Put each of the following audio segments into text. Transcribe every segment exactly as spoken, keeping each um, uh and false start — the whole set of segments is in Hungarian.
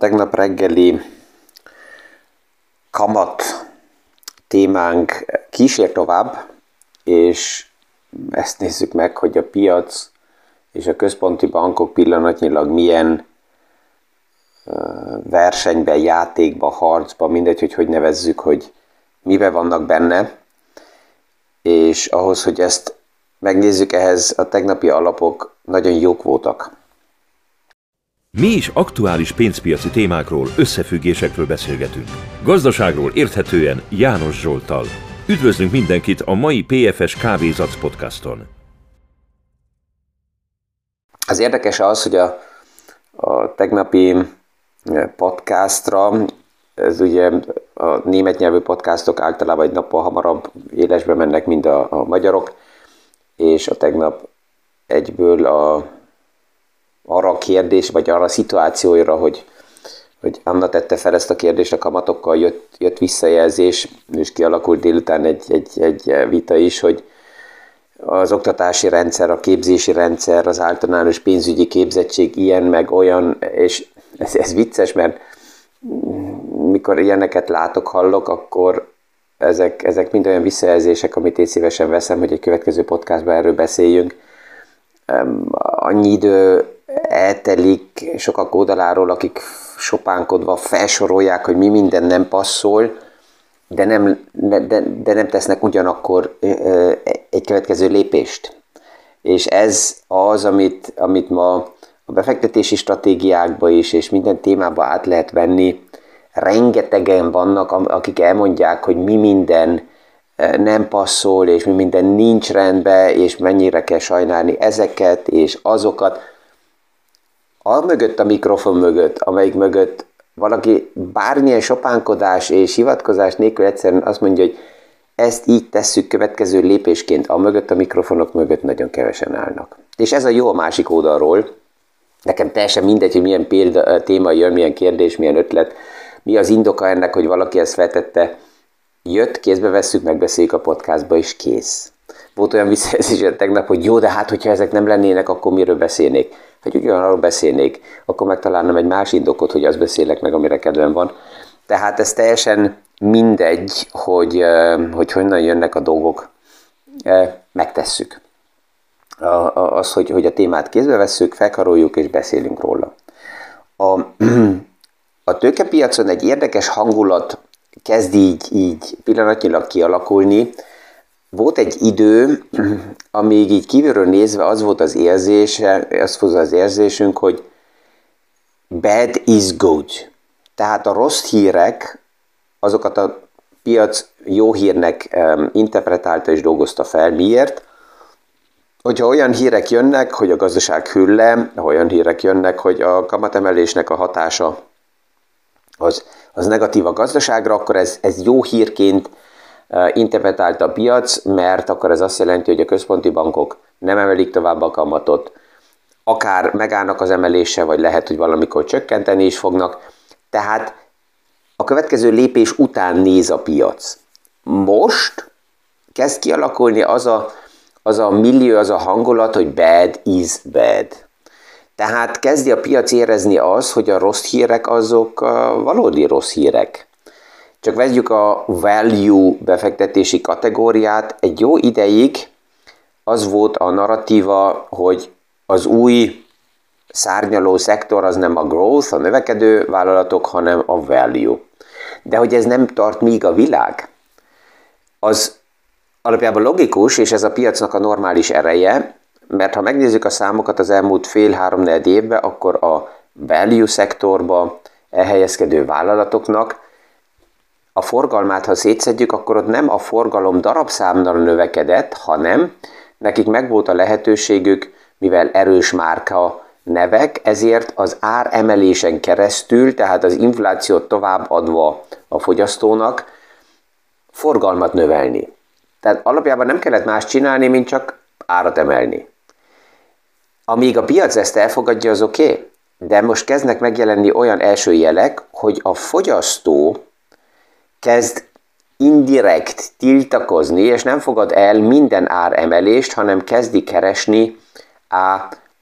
tegnap reggeli kamat témánk kísér tovább, és ezt nézzük meg, hogy a piac és a központi bankok pillanatnyilag milyen versenyben, játékban, harcban, mindegy, hogy hogy nevezzük, hogy miben vannak benne, és ahhoz, hogy ezt megnézzük, ehhez a tegnapi alapok nagyon jók voltak. Mi is aktuális pénzpiaci témákról, összefüggésekről beszélgetünk. Gazdaságról érthetően János Zsolttal. Üdvözlünk mindenkit a mai pé ef es Kávézac podcaston. Az érdekes az, hogy a, a tegnapi podcastra, ez ugye a német nyelvű podcastok általában egy nappal hamarabb élesbe mennek, mint a, a magyarok, és a tegnap egyből a arra a kérdés, vagy arra a szituációra, hogy, hogy Anna tette fel ezt a kérdést a kamatokkal, jött, jött visszajelzés, és kialakult délután egy, egy, egy vita is, hogy az oktatási rendszer, a képzési rendszer, az általános pénzügyi képzettség ilyen, meg olyan, és ez, ez vicces, mert mikor ilyeneket látok, hallok, akkor ezek, ezek mind olyan visszajelzések, amit én szívesen veszem, hogy egy következő podcastban erről beszéljünk. Annyi idő eltelik sokak oldaláról, akik sopánkodva felsorolják, hogy mi minden nem passzol, de nem, de, de nem tesznek ugyanakkor egy következő lépést. És ez az, amit, amit ma a befektetési stratégiákba is, és minden témába át lehet venni. Rengetegen vannak, akik elmondják, hogy mi minden nem passzol, és mi minden nincs rendben, és mennyire kell sajnálni ezeket, és azokat. A mögött, a mikrofon mögött, amelyik mögött valaki bármilyen sopánkodás és hivatkozás nélkül egyszerűen azt mondja, hogy ezt így tesszük következő lépésként, a mögött, a mikrofonok mögött nagyon kevesen állnak. És ez a jó a másik oldalról. Nekem teljesen mindegy, hogy milyen példa, téma jön, milyen kérdés, milyen ötlet, mi az indoka ennek, hogy valaki ezt feltette. Jött, kézbe vesszük, megbeszéljük a podcastba, és kész. Volt olyan visszajelzés tegnap, hogy jó, de hát, hogyha ezek nem lennének, akkor miről beszélnék? Hogy ugyanarról beszélnék, akkor megtalálnám egy más indokot, hogy azt beszélek meg, amire kedvem van. Tehát ez teljesen mindegy, hogy, hogy honnan jönnek a dolgok. Megtesszük. Az, hogy, hogy a témát kézbe vesszük, felkaroljuk és beszélünk róla. A, a tőkepiacon egy érdekes hangulat kezd így, így pillanatnyilag kialakulni. Volt egy idő, amíg így kívülről nézve az volt az érzése, az volt az érzésünk, hogy bad is good. Tehát a rossz hírek, azokat a piac jó hírnek um, interpretálta és dolgozta fel. Miért? Hogyha olyan hírek jönnek, hogy a gazdaság hűl le, olyan hírek jönnek, hogy a kamatemelésnek a hatása az, az negatív a gazdaságra, akkor ez, ez jó hírként interpretálta a piac, mert akkor ez azt jelenti, hogy a központi bankok nem emelik tovább a kamatot, akár megállnak az emelése, vagy lehet, hogy valamikor csökkenteni is fognak. Tehát a következő lépés után néz a piac. Most kezd kialakulni az a, az a millió, az a hangulat, hogy bad is bad. Tehát kezdi a piac érezni az, hogy a rossz hírek azok a valódi rossz hírek. Csak vegyük a value befektetési kategóriát. Egy jó ideig az volt a narratíva, hogy az új szárnyaló szektor az nem a growth, a növekedő vállalatok, hanem a value. De hogy ez nem tart míg a világ, az alapjában logikus, és ez a piacnak a normális ereje, mert ha megnézzük a számokat az elmúlt fél-három-negyed évben, akkor a value szektorba elhelyezkedő vállalatoknak a forgalmát, ha szétszedjük, akkor ott nem a forgalom darabszámmal növekedett, hanem nekik megvolt a lehetőségük, mivel erős márka nevek, ezért az áremelésen keresztül, tehát az inflációt továbbadva a fogyasztónak, forgalmat növelni. Tehát alapjában nem kellett más csinálni, mint csak árat emelni. Amíg a piac ezt elfogadja, az oké, okay, de most kezdnek megjelenni olyan első jelek, hogy a fogyasztó kezd indirekt tiltakozni, és nem fogad el minden áremelést, hanem kezdi keresni a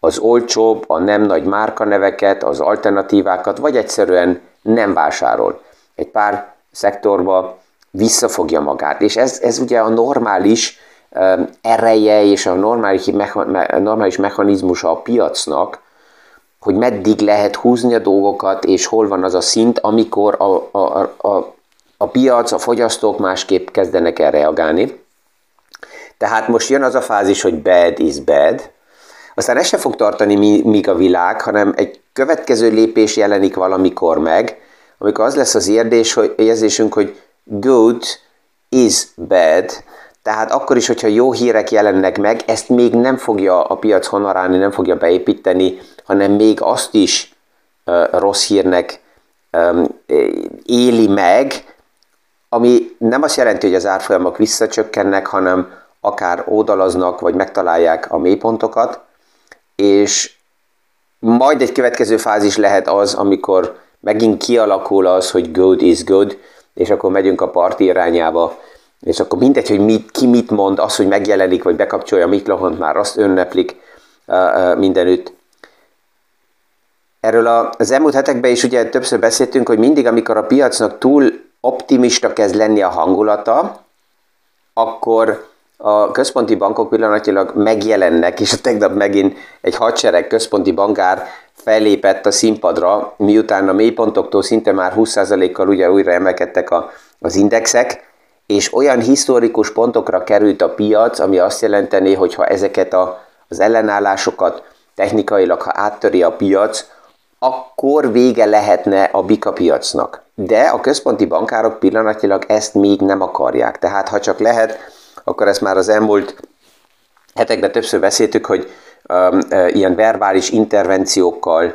az olcsóbb, a nem nagy márkaneveket, az alternatívákat, vagy egyszerűen nem vásárol. Egy pár szektorba visszafogja magát. És ez, ez ugye a normális um, ereje és a normális, mecha, normális mechanizmusa a piacnak, hogy meddig lehet húzni a dolgokat, és hol van az a szint, amikor a, a, a, a piac, a fogyasztók másképp kezdenek el reagálni. Tehát most jön az a fázis, hogy bad is bad, aztán ez sem fog tartani, míg a világ, hanem egy következő lépés jelenik valamikor meg, amikor az lesz az érzés, hogy, érzésünk, hogy good is bad, tehát akkor is, hogyha jó hírek jelennek meg, ezt még nem fogja a piac honorálni, nem fogja beépíteni, hanem még azt is uh, rossz hírnek um, éli meg, ami nem azt jelenti, hogy az árfolyamok visszacsökkennek, hanem akár ódalaznak, vagy megtalálják a mélypontokat, és majd egy következő fázis lehet az, amikor megint kialakul az, hogy good is good, és akkor megyünk a parti irányába, és akkor mindegy, hogy mit, ki mit mond, az, hogy megjelenik, vagy bekapcsolja a mikrofont, már azt ünneplik uh, uh, mindenütt. Erről az elmúlt hetekben is ugye többször beszéltünk, hogy mindig, amikor a piacnak túl optimista kezd lenni a hangulata, akkor a központi bankok pillanatilag megjelennek, és a tegnap megint egy hadsereg központi bankár fellépett a színpadra, miután a mélypontoktól szinte már húsz százalékkal ugye újra emelkedtek a, az indexek, és olyan historikus pontokra került a piac, ami azt jelenteni, hogy ha ezeket a, az ellenállásokat technikailag, ha áttöri a piac, akkor vége lehetne a bika piacnak. De a központi bankárok pillanatilag ezt még nem akarják. Tehát ha csak lehet, akkor ezt már az elmúlt hetekben többször beszéltük, hogy um, uh, ilyen verbális intervenciókkal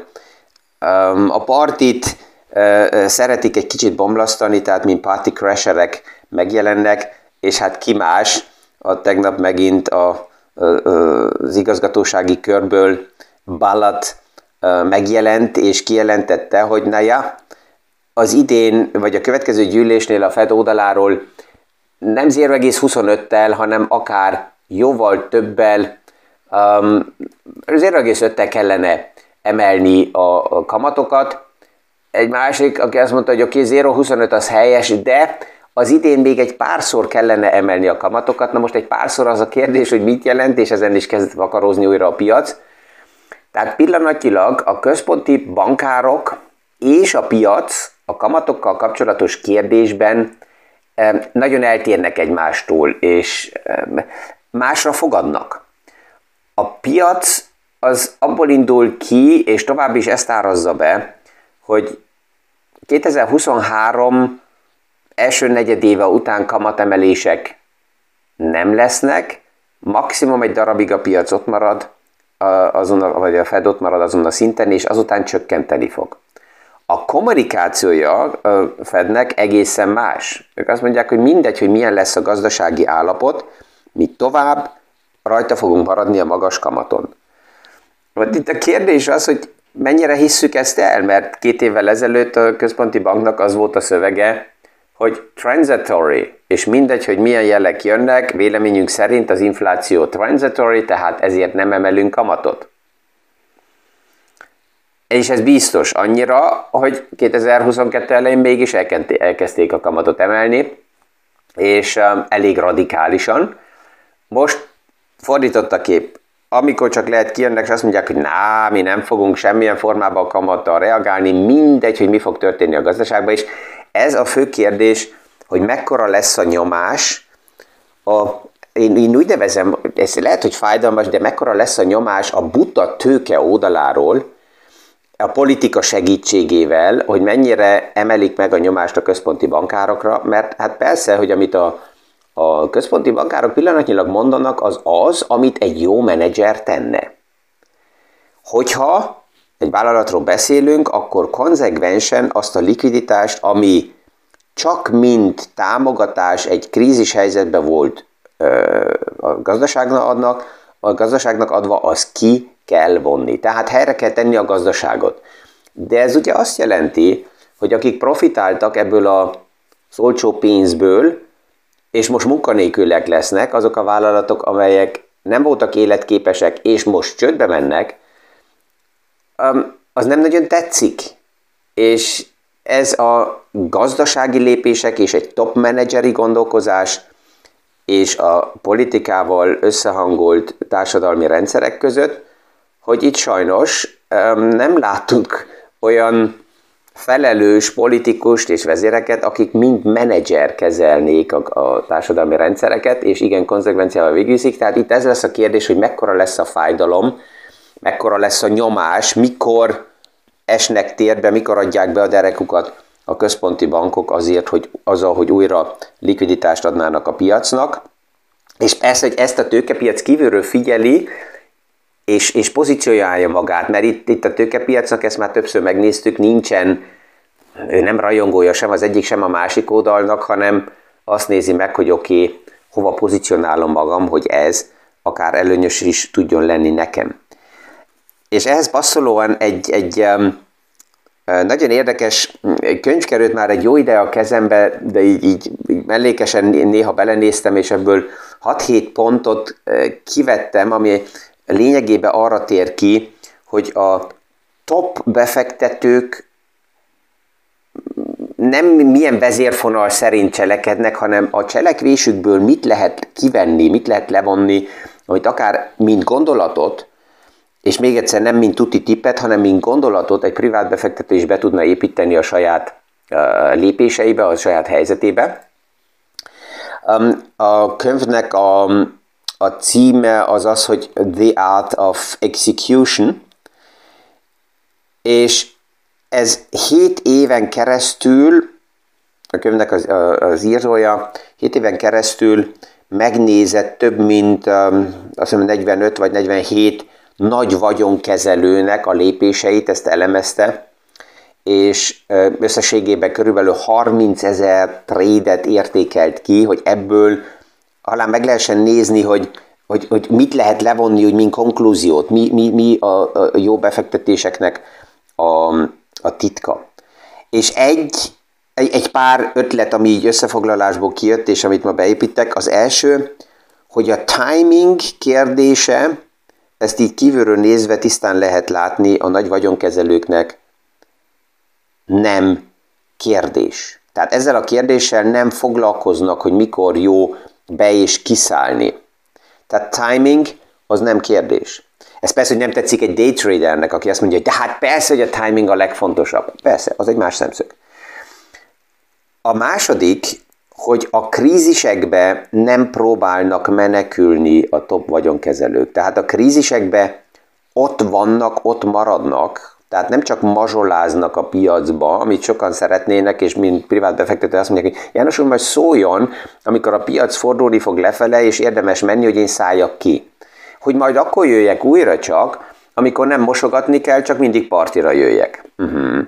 um, a partit uh, szeretik egy kicsit bomlasztani, tehát mint party crasherek megjelennek, és hát ki más, a tegnap megint a, a, az igazgatósági körből Ballat uh, megjelent, és kijelentette, hogy na ja, az idén, vagy a következő gyűlésnél a Fed oldaláról nem zéro egész huszonöttel, hanem akár jóval többel, um, zéro egész öttel kellene emelni a, a kamatokat. Egy másik, aki azt mondta, hogy oké, okay, zéro egész huszonöt az helyes, de az idén még egy párszor kellene emelni a kamatokat. Na most egy párszor az a kérdés, hogy mit jelent, és ezen is kezd vakarózni újra a piac. Tehát pillanatnyilag a központi bankárok és a piac a kamatokkal kapcsolatos kérdésben nagyon eltérnek egymástól, és másra fogadnak. A piac az abból indul ki, és tovább is ezt árazza be, hogy kétezer-huszonhárom első negyedéve után kamatemelések nem lesznek, maximum egy darabig a piac ott marad, azon a, vagy a Fed ott marad azon a szinten, és azután csökkenteni fog. A kommunikációja a Fednek egészen más. Ők azt mondják, hogy mindegy, hogy milyen lesz a gazdasági állapot, mi tovább rajta fogunk maradni a magas kamaton. Itt a kérdés az, hogy mennyire hisszük ezt el, mert két évvel ezelőtt a központi banknak az volt a szövege, hogy transitory, és mindegy, hogy milyen jelek jönnek, véleményünk szerint az infláció transitory, tehát ezért nem emelünk kamatot. És ez biztos annyira, hogy kétezer-huszonkettő elején mégis elkezdték a kamatot emelni, és um, elég radikálisan. Most fordított a kép. Amikor csak lehet kijönnek, és azt mondják, hogy ná, mi nem fogunk semmilyen formában a kamattal reagálni, mindegy, hogy mi fog történni a gazdaságban, és ez a fő kérdés, hogy mekkora lesz a nyomás, a, én, én úgy nevezem, ez lehet, hogy fájdalmas, de mekkora lesz a nyomás a buta tőke oldaláról, a politika segítségével, hogy mennyire emelik meg a nyomást a központi bankárokra, mert hát persze, hogy amit a, a központi bankárok pillanatnyilag mondanak, az az, amit egy jó menedzser tenne. Hogyha egy vállalatról beszélünk, akkor konzekvensen azt a likviditást, ami csak mint támogatás egy krízis helyzetben volt a gazdaságnak adnak, a gazdaságnak adva, az ki kell vonni. Tehát helyre kell tenni a gazdaságot. De ez ugye azt jelenti, hogy akik profitáltak ebből az olcsó pénzből, és most munkanélküliek lesznek, azok a vállalatok, amelyek nem voltak életképesek, és most csődbe mennek, az nem nagyon tetszik. És ez a gazdasági lépések és egy top menedzseri gondolkozás és a politikával összehangolt társadalmi rendszerek között, hogy itt sajnos nem láttuk olyan felelős politikust és vezéreket, akik mind menedzser kezelnék a, a társadalmi rendszereket, és igen, konzekvenciával végigviszik. Tehát itt ez lesz a kérdés, hogy mekkora lesz a fájdalom, mekkora lesz a nyomás, mikor esnek térbe, mikor adják be a derekukat a központi bankok azért, hogy azzal, hogy újra likviditást adnának a piacnak. És persze, hogy ezt a tőkepiac kívülről figyeli, és, és pozícionálja magát, mert itt, itt a tőkepiacnak, ezt már többször megnéztük, nincsen, ő nem rajongója sem az egyik, sem a másik oldalnak, hanem azt nézi meg, hogy oké, okay, hova pozícionálom magam, hogy ez akár előnyös is tudjon lenni nekem. És ehhez passzolóan egy, egy um, nagyon érdekes könyv került már egy jó ide a kezembe, de így, így, így mellékesen néha belenéztem, és ebből hat-hét pontot kivettem, ami lényegében arra tér ki, hogy a top befektetők nem milyen vezérfonal szerint cselekednek, hanem a cselekvésükből mit lehet kivenni, mit lehet levonni, amit akár mint gondolatot, és még egyszer nem mint tuti tippet, hanem mint gondolatot egy privát befektető is be tudna építeni a saját uh, lépéseibe, a saját helyzetébe. Um, a könyvnek a, a címe az az, hogy The Art of Execution, és ez hét éven keresztül, a könyvnek az, az írója hét éven keresztül megnézett több mint um, azt hiszem negyvenöt vagy negyvenhét nagy vagyonkezelőnek a lépéseit, ezt elemezte, és összességében körülbelül harmincezer trédet értékelt ki, hogy ebből talán meg lehessen nézni, hogy, hogy, hogy mit lehet levonni, hogy mint konklúziót, mi, mi, mi a, a jó befektetéseknek a, a titka. És egy, egy, egy pár ötlet, ami így összefoglalásból kijött, és amit ma beépítek, az első, hogy a timing kérdése, ezt így kívülről nézve tisztán lehet látni, a nagy vagyonkezelőknek nem kérdés. Tehát ezzel a kérdéssel nem foglalkoznak, hogy mikor jó be- és kiszállni. Tehát timing az nem kérdés. Ez persze, hogy nem tetszik egy day tradernek, aki azt mondja, hogy de hát persze, hogy a timing a legfontosabb. Persze, az egy más szemszög. A második, hogy a krízisekbe nem próbálnak menekülni a top vagyonkezelők. Tehát a krízisekbe ott vannak, ott maradnak, tehát nem csak mazsoláznak a piacba, amit sokan szeretnének, és mint privát befektető azt mondják, hogy János úr, majd szóljon, amikor a piac fordulni fog lefele, és érdemes menni, hogy én szálljak ki. Hogy majd akkor jöjjek újra csak, amikor nem mosogatni kell, csak mindig partira jöjjek. Uh-huh.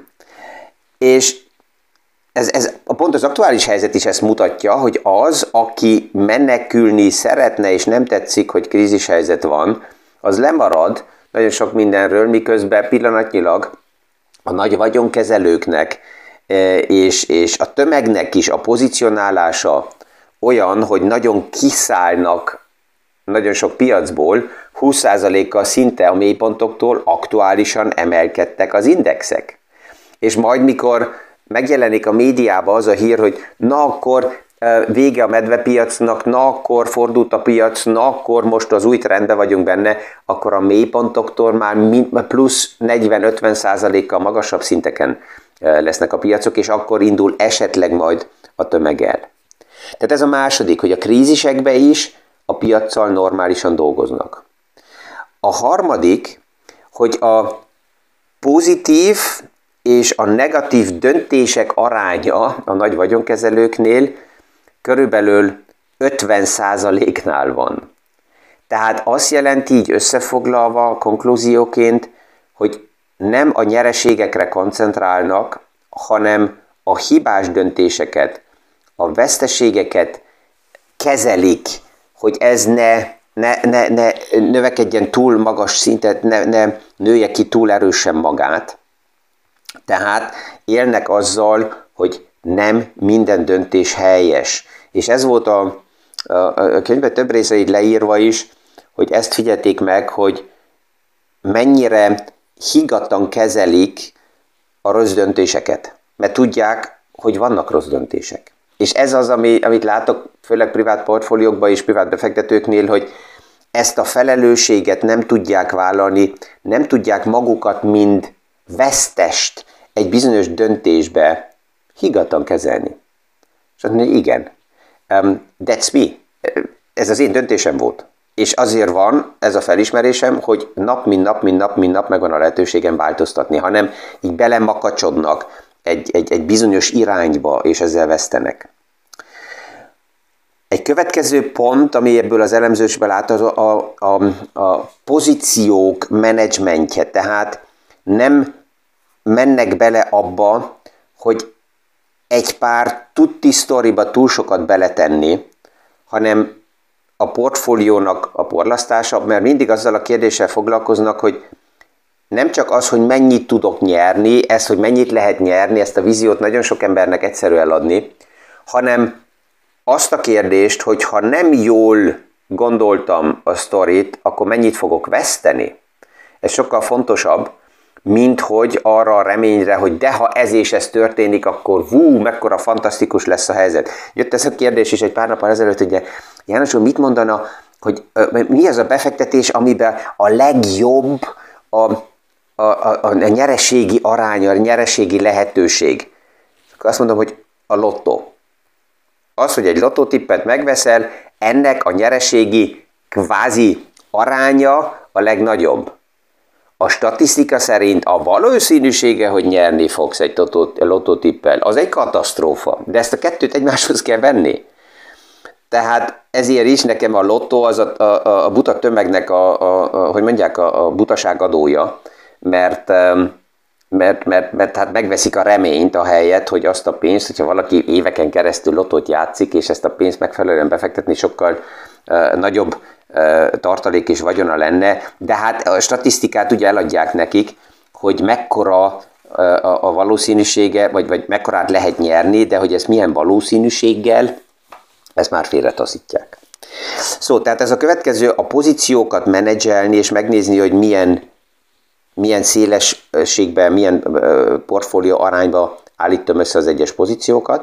És Ez, ez a pont az aktuális helyzet is ezt mutatja, hogy az, aki menekülni szeretne, és nem tetszik, hogy krízis helyzet van, az lemarad nagyon sok mindenről, miközben pillanatnyilag a nagy vagyonkezelőknek és, és a tömegnek is a pozicionálása olyan, hogy nagyon kiszállnak nagyon sok piacból, húsz százalékkal szinte a mélypontoktól aktuálisan emelkedtek az indexek. És majd mikor megjelenik a médiában az a hír, hogy na akkor vége a medvepiacnak, na akkor fordult a piac, na akkor most az új trendben vagyunk benne, akkor a mélypontoktól már plusz negyven-ötven százalékkal magasabb szinteken lesznek a piacok, és akkor indul esetleg majd a tömeg el. Tehát ez a második, hogy a krízisekben is a piaccal normálisan dolgoznak. A harmadik, hogy a pozitív és a negatív döntések aránya a nagy vagyonkezelőknél körülbelül ötven százaléknál van. Tehát azt jelenti így összefoglalva konklúzióként, hogy nem a nyereségekre koncentrálnak, hanem a hibás döntéseket, a veszteségeket kezelik, hogy ez ne, ne, ne, ne növekedjen túl magas szintet, ne, ne nője ki túl erősen magát. Tehát élnek azzal, hogy nem minden döntés helyes. És ez volt a, a, a könyvben több része így leírva is, hogy ezt figyelték meg, hogy mennyire higgadtan kezelik a rossz döntéseket, mert tudják, hogy vannak rossz döntések. És ez az, ami, amit látok, főleg privát portfóliókban és privát befektetőknél, hogy ezt a felelősséget nem tudják vállalni, nem tudják magukat, mind vesztest egy bizonyos döntésbe higgadtan kezelni. És azt mondja, igen, um, that's me. Ez az én döntésem volt. És azért van ez a felismerésem, hogy nap, mint nap, mint nap, mint nap megvan a lehetőségem változtatni, hanem így belemakacsodnak egy, egy, egy bizonyos irányba, és ezzel vesztenek. Egy következő pont, ami ebből az elemzésből lát, az a, a, a pozíciók menedzsmentje. Tehát nem mennek bele abba, hogy egy pár tutti sztoriba túl sokat beletenni, hanem a portfóliónak a porlasztása, mert mindig azzal a kérdéssel foglalkoznak, hogy nem csak az, hogy mennyit tudok nyerni, ez, hogy mennyit lehet nyerni, ezt a víziót nagyon sok embernek egyszerű eladni, hanem azt a kérdést, hogy ha nem jól gondoltam a sztorit, akkor mennyit fogok veszteni. Ez sokkal fontosabb, mint hogy arra a reményre, hogy de ha ez és ez történik, akkor vú, mekkora fantasztikus lesz a helyzet. Jött ez a kérdés is egy pár nappal ezelőtt, hogy János úr mit mondana, hogy mi az a befektetés, amiben a legjobb a, a, a, a nyereségi aránya, a nyereségi lehetőség. Akkor azt mondom, hogy a lottó. Az, hogy egy lottótippet megveszel, ennek a nyereségi kvázi aránya a legnagyobb. A statisztika szerint a valószínűsége, hogy nyerni fogsz egy lottótippel, az egy katasztrófa. De ezt a kettőt egymáshoz kell venni. Tehát ezért is nekem a lottó az a, a, a buta tömegnek a, a, a, hogy mondják, a, a butaság adója, mert, mert, mert, mert hát megveszik a reményt a helyet, hogy azt a pénzt, hogyha valaki éveken keresztül lottót játszik, és ezt a pénzt megfelelően befektetni, sokkal uh, nagyobb uh, tartalék és vagyona lenne, de hát a statisztikát ugye eladják nekik, hogy mekkora uh, a, a valószínűsége, vagy, vagy mekkorát lehet nyerni, de hogy ez milyen valószínűséggel, ezt már félretaszítják. Szóval, tehát ez a következő, a pozíciókat menedzselni, és megnézni, hogy milyen, milyen szélességben, milyen portfólió arányba állítom össze az egyes pozíciókat.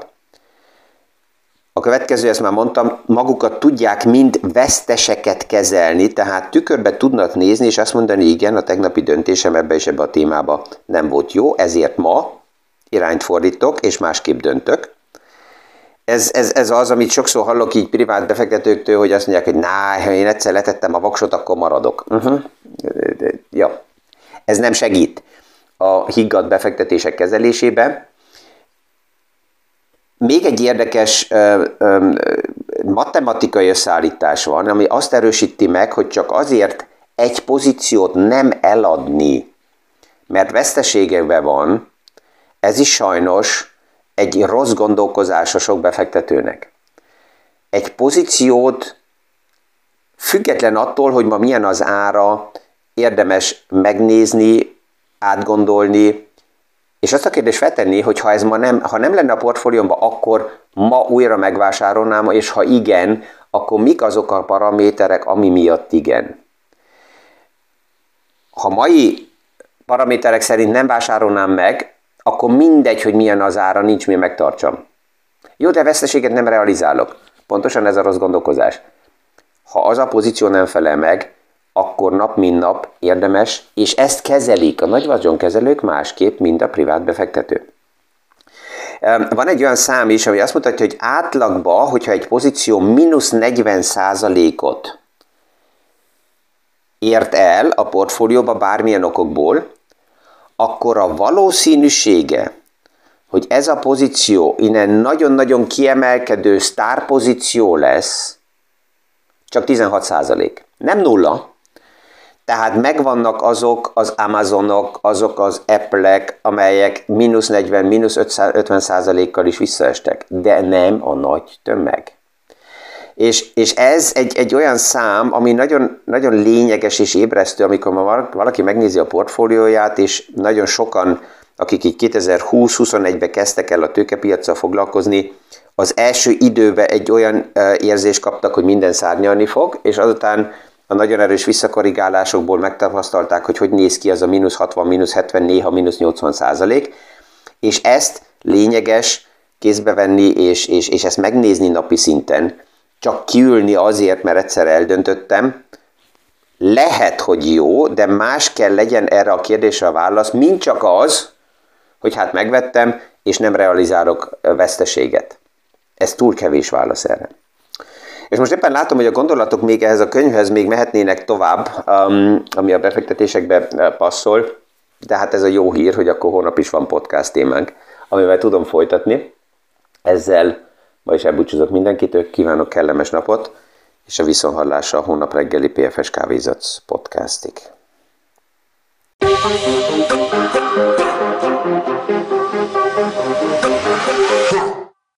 A következő, ezt már mondtam, magukat tudják mind veszteseket kezelni, tehát tükörbe tudnak nézni, és azt mondani, igen, a tegnapi döntésem ebbe és ebbe a témába nem volt jó, ezért ma irányt fordítok, és másképp döntök. Ez, ez, ez az, amit sokszor hallok így privát befektetőktől, hogy azt mondják, hogy ná, ha én egyszer letettem a voksot, akkor maradok. Uh-huh. Ja. Ez nem segít a higgadt befektetések kezelésébe. Még egy érdekes ö, ö, matematikai összeállítás van, ami azt erősíti meg, hogy csak azért egy pozíciót nem eladni, mert veszteségekben van, ez is sajnos egy rossz gondolkozása sok befektetőnek. Egy pozíciót független attól, hogy ma milyen az ára, érdemes megnézni, átgondolni, és azt a kérdést feltenni, hogy ha ez ma nem, ha nem lenne a portfóliómban, akkor ma újra megvásárolnám, és ha igen, akkor mik azok a paraméterek, ami miatt igen. Ha mai paraméterek szerint nem vásárolnám meg, akkor mindegy, hogy milyen az ára, nincs miért megtartsam. Jó, de veszteséget nem realizálok. Pontosan ez a rossz gondolkozás. Ha az a pozíció nem felel meg, akkor nap mint nap érdemes, és ezt kezelik a nagy vagyonkezelők másképp, mint a privát befektető. Van egy olyan szám is, ami azt mutatja, hogy átlagban, hogyha egy pozíció mínusz negyven százalékot ért el a portfólióba bármilyen okokból, akkor a valószínűsége, hogy ez a pozíció innen nagyon-nagyon kiemelkedő sztárpozíció lesz, csak tizenhat százalék. Nem nulla. Tehát megvannak azok az Amazonok, azok az Apple-ek, amelyek mínusz negyven, mínusz ötven százalékkal is visszaestek, de nem a nagy tömeg. És, és ez egy, egy olyan szám, ami nagyon, nagyon lényeges és ébresztő, amikor ma valaki megnézi a portfólióját, és nagyon sokan, akik így kétezer-húsz-huszonegyben kezdtek el a tőkepiaccal foglalkozni, az első időben egy olyan érzést kaptak, hogy minden szárnyalni fog, és azután a nagyon erős visszakorrigálásokból megtapasztalták, hogy hogy néz ki az a mínusz hatvan, mínusz hetven, néha mínusz nyolcvan százalék, és ezt lényeges kézbe venni, és, és, és ezt megnézni napi szinten, csak kiülni azért, mert egyszer eldöntöttem, lehet, hogy jó, de más kell legyen erre a kérdésre a válasz, mint csak az, hogy hát megvettem, és nem realizálok veszteséget. Ez túl kevés válasz erre. És most éppen látom, hogy a gondolatok még ehhez a könyvhez még mehetnének tovább, um, ami a befektetésekbe passzol, de hát ez a jó hír, hogy akkor holnap is van podcast témánk, amivel tudom folytatni. Ezzel ma is elbúcsúzok mindenkitől, kívánok kellemes napot, és a viszonthallásra a hónap reggeli pé ef es Kávézac podcastig. Huh.